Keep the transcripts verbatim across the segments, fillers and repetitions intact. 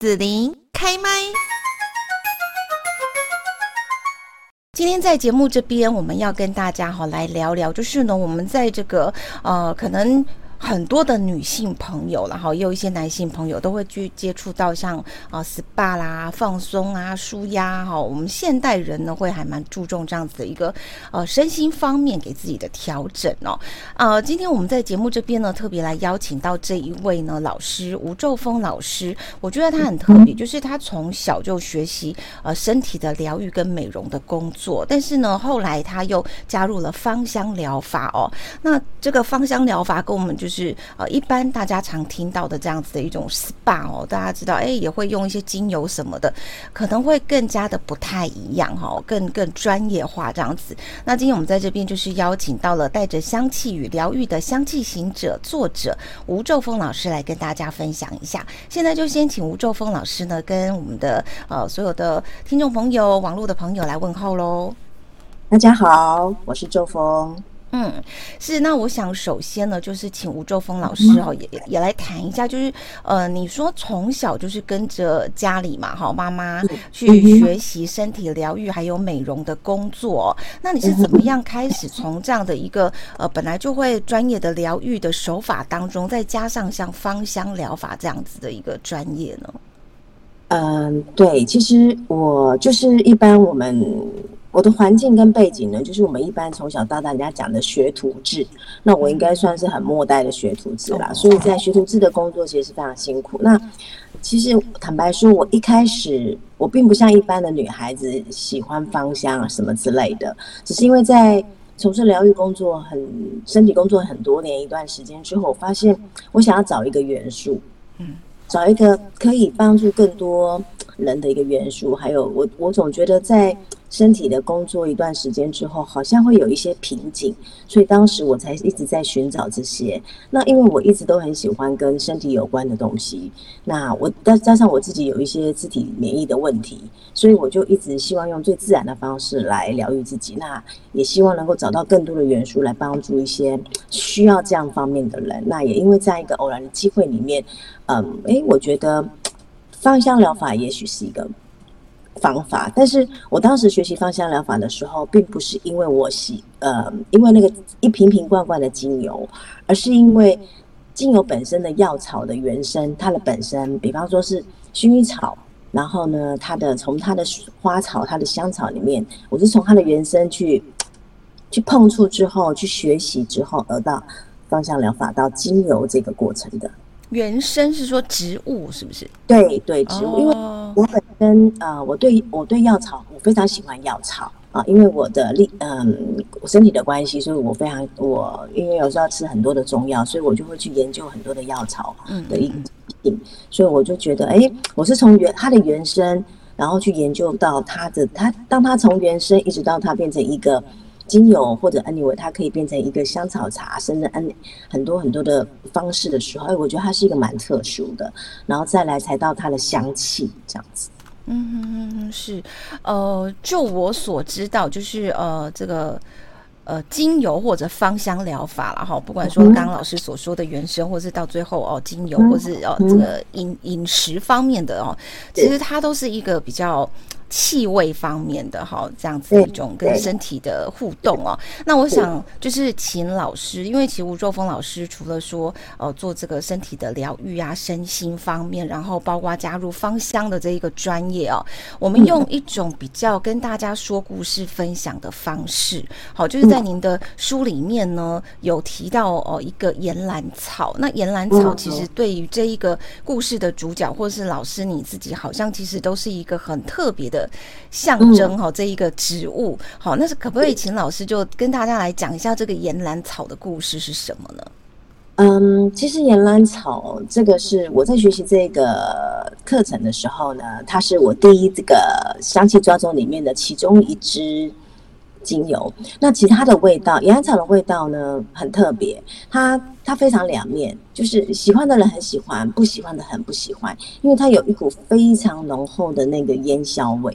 子琳开麦。今天在节目这边，我们要跟大家哈来聊聊，就是呢，我们在这个呃，可能很多的女性朋友，然后也有一些男性朋友都会去接触到像啊、呃、S P A 啦、放松啊、舒压哈。我们现代人呢，会还蛮注重这样子的一个呃身心方面给自己的调整哦。呃，今天我们在节目这边呢，特别来邀请到这一位呢老师吴宙峰老师，我觉得他很特别，就是他从小就学习呃身体的疗愈跟美容的工作，但是呢，后来他又加入了芳香疗法哦。那这个芳香疗法跟我们就是呃一般大家常听到的这样子的一种 S P A 哦，大家知道，哎，也会用一些精油什么的，可能会更加的不太一样哈、哦，更更专业化这样子。那今天我们在这边就是邀请到了带着香气与疗愈的香气行者作者吴宙峰老师来跟大家分享一下。现在就先请吴宙峰老师呢跟我们的呃所有的听众朋友、网络的朋友来问候喽。 大家好，我是宙峰。 嗯，是。那我想首先呢，就是请吴宙峰老师哦，也也来谈一下，就是呃，你说从小就是跟着家里嘛，哈，妈妈去学习身体疗愈还有美容的工作，那你是怎么样开始从这样的一个呃本来就会专业的疗愈的手法当中，再加上像芳香疗法这样子的一个专业呢？ 嗯，对，其实我就是一般我们我的环境跟背景呢，就是我们一般从小到大人家讲的学徒制，那我应该算是很末代的学徒制啦，所以在学徒制的工作其实是非常辛苦。那其实坦白说，我一开始我并不像一般的女孩子喜欢芳香啊什么之类的，只是因为在从事疗愈工作很身体工作很多年一段时间之后，我发现我想要找一个元素，嗯。找一个可以帮助更多人的一个元素，还有我我总觉得在身体的工作一段时间之后，好像会有一些瓶颈，所以当时我才一直在寻找这些。那因为我一直都很喜欢跟身体有关的东西，那我加上我自己有一些自体免疫的问题，所以我就一直希望用最自然的方式来疗愈自己。那也希望能够找到更多的元素来帮助一些需要这样方面的人。那也因为在一个偶然的机会里面，嗯，诶，我觉得芳香疗法也许是一个方法，但是我当时学习芳香疗法的时候，并不是因为我喜呃，因为那个一瓶瓶罐罐的精油，而是因为精油本身的药草的原生，它的本身，比方说是薰衣草，然后呢，它的从它的花草、它的香草里面，我是从它的原生去去碰触之后，去学习之后，而到芳香疗法到精油这个过程的。 原生是说植物是不是？ 对对，植物， 哦、 因为我本身呃，我对我对药草，我非常喜欢药草啊，因为我的力嗯，我身体的关系，所以我非常我因为有时候要吃很多的中药，所以我就会去研究很多的药草的一个嗯，所以我就觉得，哎，我是从原它的原生，然后去研究到它的它，当它从原生一直到它变成一个精油或者anyway，它可以变成一个香草茶，甚至很多很多的方式的时候，哎，我觉得它是一个蛮特殊的，然后再来才到它的香气这样子。 嗯哼哼，是，呃，就我所知道，就是呃，这个呃精油或者芳香疗法啦，哈，不管说刚刚老师所说的原生，或是到最后哦精油，或是哦这个饮饮食方面的哦，其实它都是一个比较气味方面的哈，这样子的一种跟身体的互动哦。那我想就是请老师，因为其实吴宙峰老师除了说呃做这个身体的疗愈啊、身心方面，然后包括加入芳香的这一个专业哦，我们用一种比较跟大家说故事分享的方式，好，就是在您的书里面呢有提到哦一个岩兰草，那岩兰草其实对于这一个故事的主角或是老师你自己，好像其实都是一个很特别的象征哈、嗯，这一个植物好，那是可不可以请老师就跟大家来讲一下这个岩兰草的故事是什么呢？ 嗯，其实岩兰草这个是我在学习这个课程的时候呢，它是我第一这个香气抓周里面的其中一支精油。那其他的味道，岩兰草的味道呢很特别，它它非常两面，就是喜欢的人很喜欢，不喜欢的很不喜欢，因为它有一股非常浓厚的那个烟硝味。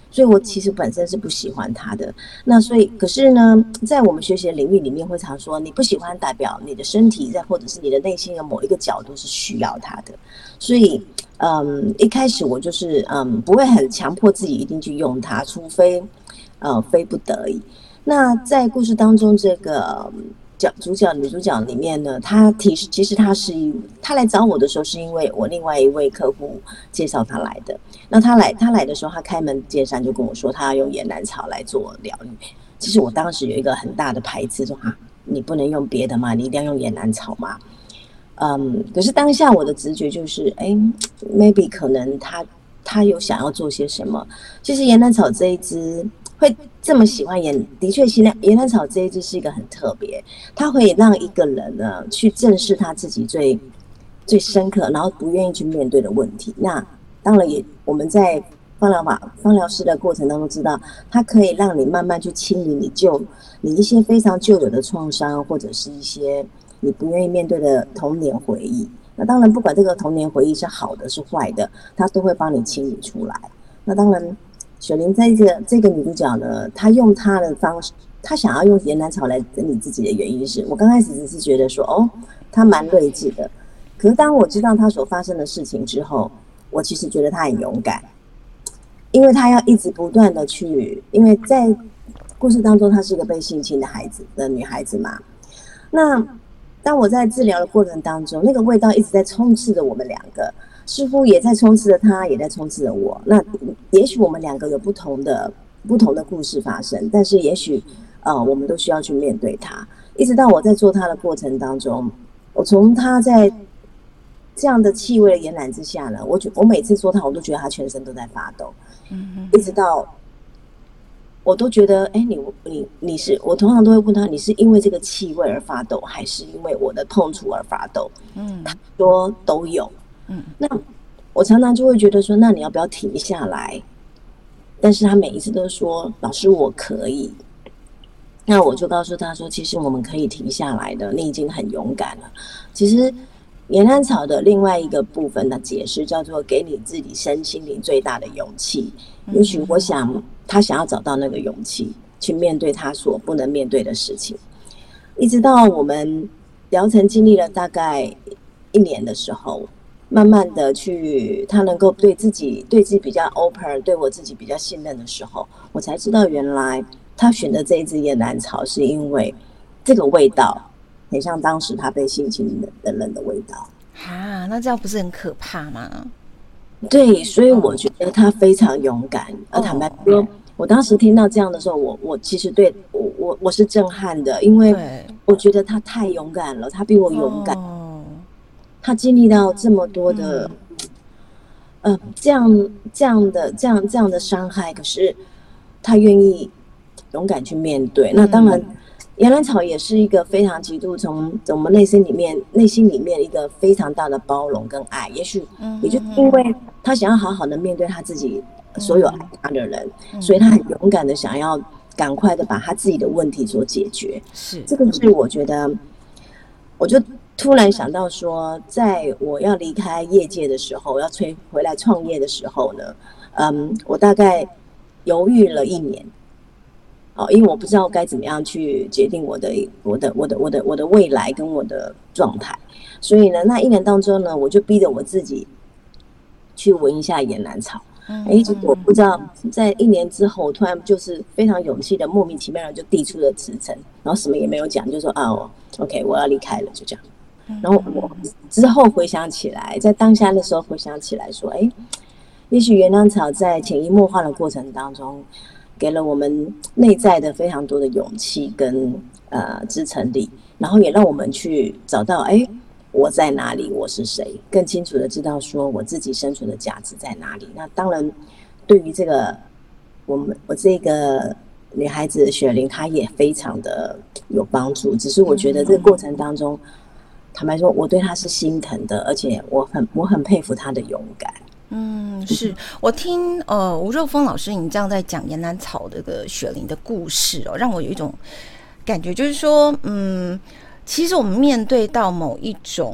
所以我其实本身是不喜欢他的。那所以可是呢，在我们学习的领域里面会常说，你不喜欢代表你的身体在或者是你的内心的某一个角度是需要他的。所以嗯，一开始我就是嗯不会很强迫自己一定去用它，除非呃非不得已。那在故事当中，这个角主角女主角里面呢，她提其实她是她来找我的时候，是因为我另外一位客户介绍她来的。那她来她来的时候，她开门见山就跟我说，她要用岩兰草来做疗愈。其实我当时有一个很大的排斥，说啊，你不能用别的吗？你一定要用岩兰草吗？嗯，可是当下我的直觉就是，哎 ，maybe 可能她她有想要做些什么。其实岩兰草这一支。会这么喜欢岩，的确，岩兰草这一支是一个很特别，它会让一个人呢去正视他自己最最深刻，然后不愿意去面对的问题。那当然也我们在芳疗法芳疗师的过程当中知道，它可以让你慢慢去清理你旧你一些非常旧有的创伤，或者是一些你不愿意面对的童年回忆。那当然，不管这个童年回忆是好的是坏的，它都会帮你清理出来。那当然。雪玲在这个这个女主角呢，她用她的方式，她想要用岩兰草来整理自己的原因是，我刚开始只是觉得说，哦，她蛮睿智的。可是当我知道她所发生的事情之后，我其实觉得她很勇敢，因为她要一直不断的去，因为在故事当中，她是一个被性侵的孩子的女孩子嘛。那当我在治疗的过程当中，那个味道一直在充斥着我们两个。似乎也在充斥着他，也在充斥着我。那也许我们两个有不同的不同的故事发生，但是也许呃，我们都需要去面对它。一直到我在做它的过程当中，我从他在这样的气味的延揽之下呢，我觉我每次做它，我都觉得他全身都在发抖。嗯，一直到我都觉得，哎、欸，你你你是我通常都会问他，你是因为这个气味而发抖，还是因为我的碰触而发抖？嗯，他说都有。嗯，那我常常就会觉得说，那你要不要停下来？但是他每一次都说，老师我可以。那我就告诉他说，其实我们可以停下来的，你已经很勇敢了。其实岩兰草的另外一个部分的解释叫做给你自己身心灵最大的勇气。也许我想他想要找到那个勇气，去面对他所不能面对的事情。一直到我们疗程经历了大概一年的时候。慢慢的去，他能够对自己对自己比较 open， 对我自己比较信任的时候，我才知道原来他选的这一支岩兰草是因为这个味道很像当时他被性侵的人的味道啊，那这样不是很可怕吗？ 对，所以我觉得他非常勇敢。而、oh. 坦白说， oh. 我当时听到这样的时候，我我其实对我我我是震撼的，因为我觉得他太勇敢了，他比我勇敢。Oh.他经历到这么多的，呃，这样这样的这样这样的伤害，可是他愿意勇敢去面对。那当然，岩兰草也是一个非常极度从我们内心里面内心里面一个非常大的包容跟爱。也许也就因为他想要好好的面对他自己所有爱他的人，所以他很勇敢的想要赶快的把他自己的问题所解决。是这个是我觉得，我就。突然想到说，在我要离开业界的时候，要回回来创业的时候呢，嗯，我大概犹豫了一年，哦，因为我不知道该怎么样去决定我的我的我的我的我的未来跟我的状态，所以呢，那一年当中呢，我就逼着我自己去闻一下岩兰草。哎，结果我不知道，在一年之后，我突然就是非常勇气的，莫名其妙的就递出了辞呈，然后什么也没有讲，就说啊 ，OK， 我要离开了，就这样。然后我之后回想起来，在当下的时候回想起来说，哎，也许岩兰草在潜移默化的过程当中，给了我们内在的非常多的勇气跟呃支撑力，然后也让我们去找到，哎，我在哪里，我是谁，更清楚的知道说我自己生存的价值在哪里。那当然，对于这个我们我这个女孩子雪玲，她也非常的有帮助。只是我觉得这个过程当中。坦白说，我对他是心疼的，而且我很我很佩服他的勇敢。 嗯，是我听呃吴若峰老师你这样在讲岩兰草这个雪玲的故事哦，让我有一种感觉，就是说，嗯，其实我们面对到某一种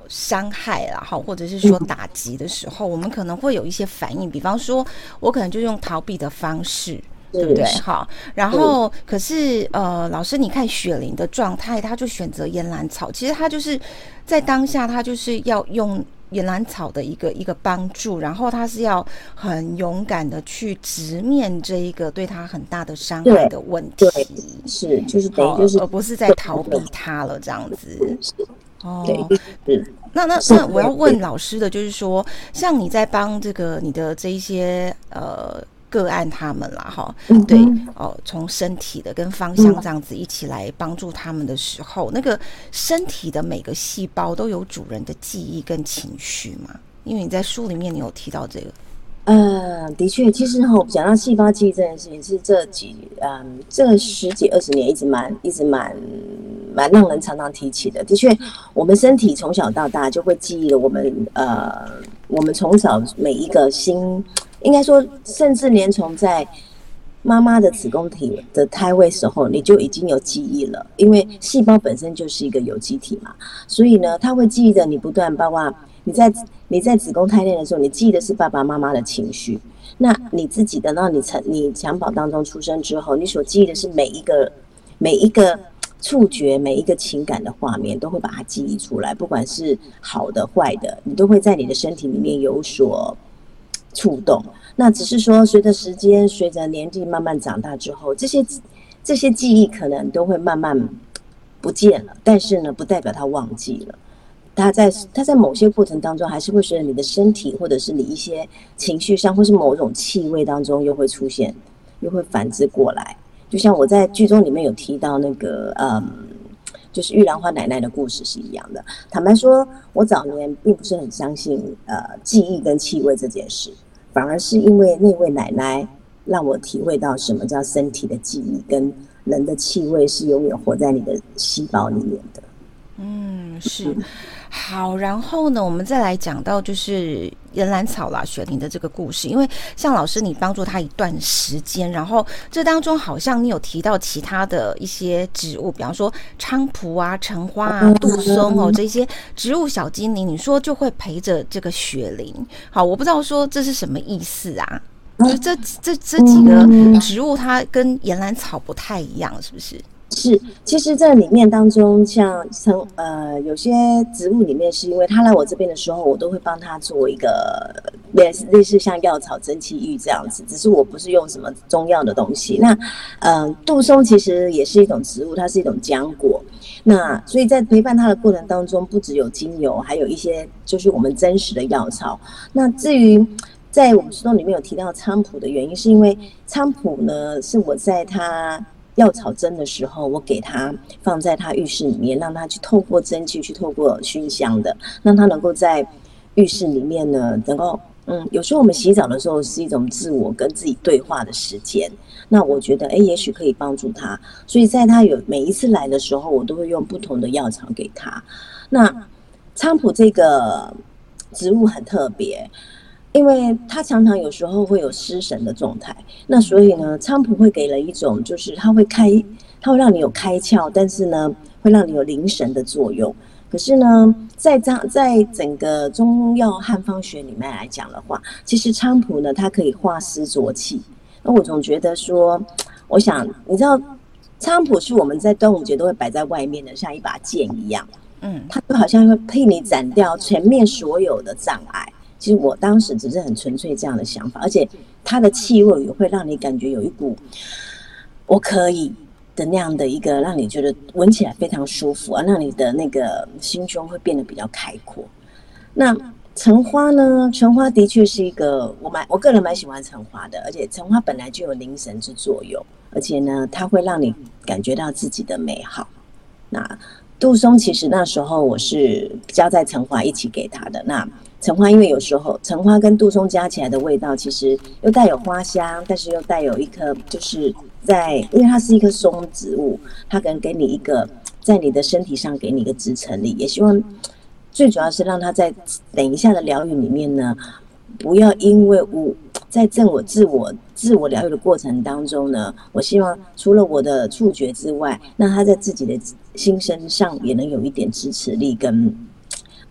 伤害啦，好，或者是说打击的时候，我们可能会有一些反应，比方说我可能就用逃避的方式。对不对？好，然后可是呃，老师，你看雪玲的状态，他就选择岩兰草，其实他就是在当下，他就是要用岩兰草的一个一个帮助，然后他是要很勇敢的去直面这一个对他很大的伤害的问题， 是就是等于就是， 而不是在逃避他了这样子。哦， 对， 那那那我要问老师的就是说，像你在帮这个你的这一些呃。个案他们啦哈，对哦，从身体的跟方向这样子一起来帮助他们的时候，那个身体的每个细胞都有主人的记忆跟情绪嘛？因为你在书里面你有提到这个。 呃，的确，其实哈，讲到细胞记忆这件事情，是这几嗯这十几二十年一直蛮一直蛮蛮让人常常提起的。的确，我们身体从小到大就会记忆了我们呃我们从小每一个新。应该说，甚至连从在妈妈的子宫体的胎位时候，你就已经有记忆了，因为细胞本身就是一个有机体嘛，所以呢，它会记忆着你不断，包括你在你在子宫胎内的时候，你记忆的是爸爸妈妈的情绪。那你自己等到你成你襁褓当中出生之后，你所记忆的是每一个每一个触觉、每一个情感的画面，都会把它记忆出来，不管是好的坏的，你都会在你的身体里面有所触动。那只是说随着时间随着年纪慢慢长大之后，这些这些记忆可能都会慢慢不见了，但是呢不代表它忘记了，它在它在某些过程当中还是会随着你的身体或者是你一些情绪上或是某种气味当中又会出现，又会反之过来。就像我在剧中里面有提到那个嗯就是玉兰花奶奶的故事是一样的。坦白说，我早年并不是很相信呃记忆跟气味这件事，反而是因为那位奶奶让我体会到什么叫身体的记忆跟人的气味是永远活在你的细胞里面的。 嗯，是。好，然后呢，我们再来讲到就是岩兰草啦，雪玲的这个故事。因为像老师你帮助他一段时间，然后这当中好像你有提到其他的一些植物，比方说菖蒲啊、橙花啊、杜松哦，这些植物小精灵，你说就会陪着这个雪玲。好，我不知道说这是什么意思啊？就是这这这几个植物，它跟岩兰草不太一样，是不是？ 是，其实这里面当中像成呃有些植物里面，是因为他来我这边的时候，我都会帮他做一个类似类似像药草蒸汽浴这样子，只是我不是用什么中药的东西。那呃杜松其实也是一种植物，它是一种浆果。那所以在陪伴它的过程当中，不只有精油，还有一些就是我们真实的药草。那至于在我们书中里面有提到菖蒲的原因，是因为菖蒲呢是我在它药草蒸的时候，我给它放在它浴室里面，让它去透过蒸汽去透过熏香的，让它能够在浴室里面呢，能够嗯，有时候我们洗澡的时候是一种自我跟自己对话的时间。那我觉得，哎，也许可以帮助他，所以在他有每一次来的时候，我都会用不同的药草给他。那菖蒲这个植物很特别。因为它常常有时候会有失神的状态，那所以呢，菖蒲会给人一种就是它会开，它会让你有开窍，但是呢，会让你有凝神的作用。可是呢，在在整个中药汉方学里面来讲的话，其实菖蒲呢，它可以化湿浊气。那我总觉得说，我想你知道，菖蒲是我们在端午节都会摆在外面的，像一把剑一样，嗯，它就好像会替你斩掉前面所有的障碍。其实我当时只是很纯粹这样的想法，而且它的气味也会让你感觉有一股我可以的那样的一个，让你觉得闻起来非常舒服啊，让你的那个心胸会变得比较开阔。那橙花呢？橙花的确是一个我蛮我个人蛮喜欢橙花的，而且橙花本来就有凝神之作用，而且呢，它会让你感觉到自己的美好。那杜松其实那时候我是加在橙花一起给他的。那橙花因为有时候橙花跟杜松加起来的味道其实又带有花香，但是又带有一颗就是在因为它是一棵松植物，它可能给你一个在你的身体上给你一个支撑力，也希望最主要是让它在等一下的疗愈里面呢，不要因为我在正我自我自我疗愈的过程当中呢，我希望除了我的触觉之外，那他在自己的心身上也能有一点支持力跟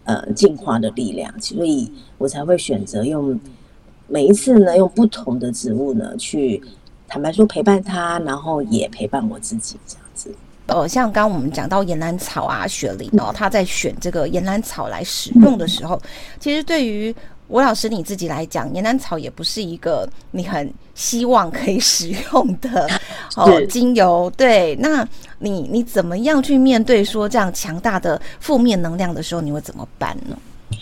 呃进化的力量，所以我才会选择用每一次呢，用不同的植物呢去坦白说陪伴他，然后也陪伴我自己这样子。 呃，像刚刚我们讲到岩兰草啊，雪梨哦，他在选这个岩兰草来使用的时候，其实对于吴老师你自己来讲，岩兰草也不是一个你很希望可以使用的哦精油。对，那你你怎么样去面对说这样强大的负面能量的时候，你会怎么办呢？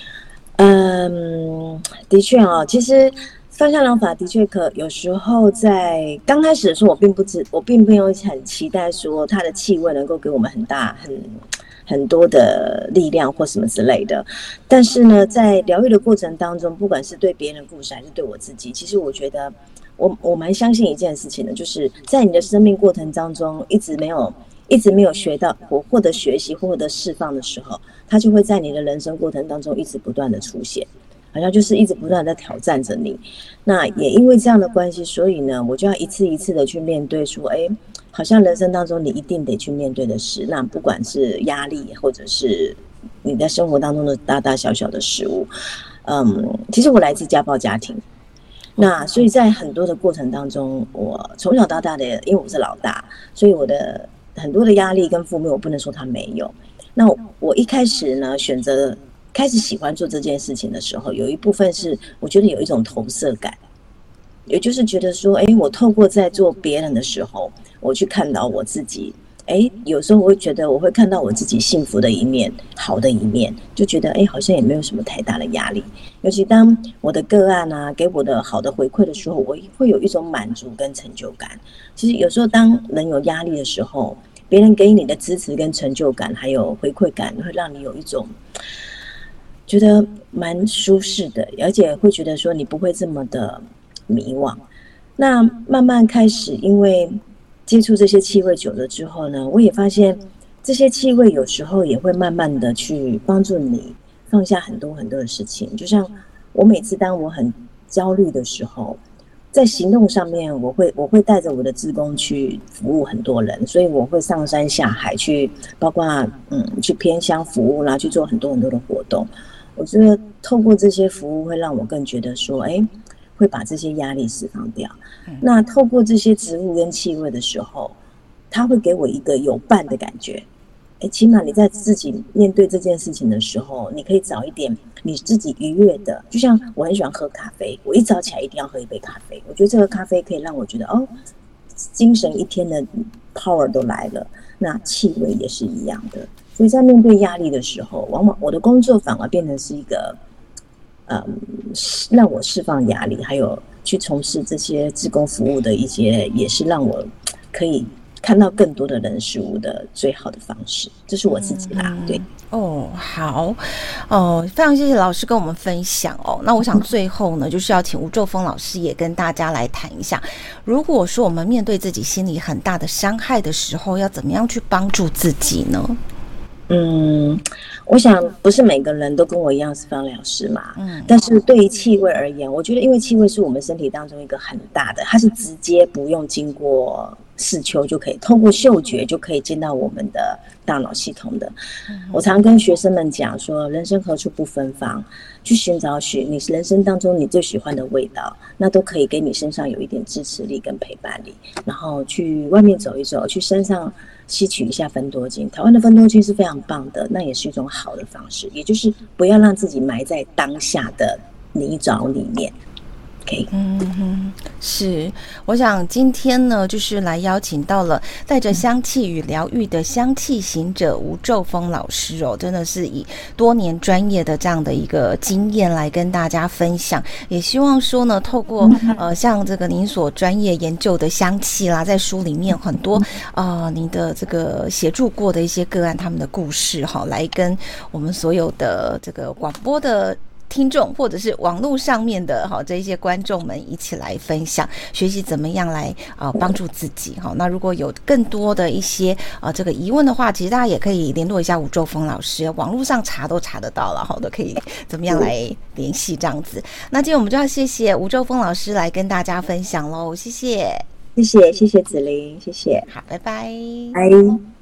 嗯，的确哦，其实芳香疗法的确可有时候在刚开始的时候，我并不知，我并没有很期待说它的气味能够给我们很大很。很多的力量或什么之类的，但是呢，在疗愈的过程当中，不管是对别人的故事还是对我自己，其实我觉得我我蛮相信一件事情的，就是在你的生命过程当中，一直没有一直没有学到或获得学习或获得释放的时候，它就会在你的人生过程当中一直不断的出现，好像就是一直不断的挑战着你。那也因为这样的关系，所以呢，我就要一次一次的去面对说，哎。好像人生当中你一定得去面对的事，那不管是压力或者是你在生活当中的大大小小的事物，嗯，其实我来自家暴家庭，那所以在很多的过程当中，我从小到大的，因为我是老大，所以我的很多的压力跟负面，我不能说他没有。那我一开始呢，选择开始喜欢做这件事情的时候，有一部分是我觉得有一种投射感。也就是觉得说，哎，我透过在做别人的时候，我去看到我自己，哎，有时候我会觉得我会看到我自己幸福的一面，好的一面，就觉得哎，好像也没有什么太大的压力。尤其当我的个案啊给我的好的回馈的时候，我会有一种满足跟成就感。其实有时候当人有压力的时候，别人给你的支持跟成就感，还有回馈感，会让你有一种觉得蛮舒适的，而且会觉得说你不会这么的迷惘。那慢慢开始，因为接触这些气味久了之后呢，我也发现这些气味有时候也会慢慢的去帮助你放下很多很多的事情。就像我每次当我很焦虑的时候，在行动上面，我会我会带着我的志工去服务很多人，所以我会上山下海去，包括嗯去偏乡服务啦，去做很多很多的活动。我觉得透过这些服务，会让我更觉得说，哎。会把这些压力释放掉。那透过这些植物跟气味的时候，它会给我一个有伴的感觉。哎，起码你在自己面对这件事情的时候，你可以找一点你自己愉悦的。就像我很喜欢喝咖啡，我一早起来一定要喝一杯咖啡。我觉得这个咖啡可以让我觉得哦，精神一天的 power 都来了。那气味也是一样的。所以在面对压力的时候，往往我的工作反而变成是一个。嗯，让我释放压力，还有去从事这些志工服务的一些，也是让我可以看到更多的人事物的最好的方式。这是我自己啦，对。 哦，好，哦，非常谢谢老师跟我们分享哦。那我想最后呢，就是要请吴宙峰老师也跟大家来谈一下，如果说我们面对自己心里很大的伤害的时候，要怎么样去帮助自己呢？ 嗯，我想不是每个人都跟我一样是芳疗师嘛，嗯，但是对于气味而言，我觉得因为气味是我们身体当中一个很大的，它是直接不用经过视丘就可以，透过嗅觉就可以进到我们的大脑系统的。我常跟学生们讲说，人生何处不芬芳，去寻找许你人生当中你最喜欢的味道，那都可以给你身上有一点支持力跟陪伴力，然后去外面走一走，去山上吸取一下芬多精。台湾的芬多精是非常棒的，那也是一种好的方式，也就是不要让自己埋在当下的泥沼里面。Okay. 嗯哼，是，我想今天呢，就是来邀请到了带着香气与疗愈的香气行者吴宙峰老师哦，真的是以多年专业的这样的一个经验来跟大家分享，也希望说呢，透过呃像这个您所专业研究的香气啦，在书里面很多呃您的这个协助过的一些个案他们的故事哈，来跟我们所有的这个广播的听众或者是网络上面的哈这一些观众们一起来分享学习怎么样来啊、呃、帮助自己哈。那如果有更多的一些啊、呃、这个疑问的话，其实大家也可以联络一下吴宙峰老师，网络上查都查得到了哈，都可以怎么样来联系这样子。那今天我们就要谢谢吴宙峰老师来跟大家分享喽，谢谢， 谢谢谢谢子琳，谢谢， 好，拜拜， 拜。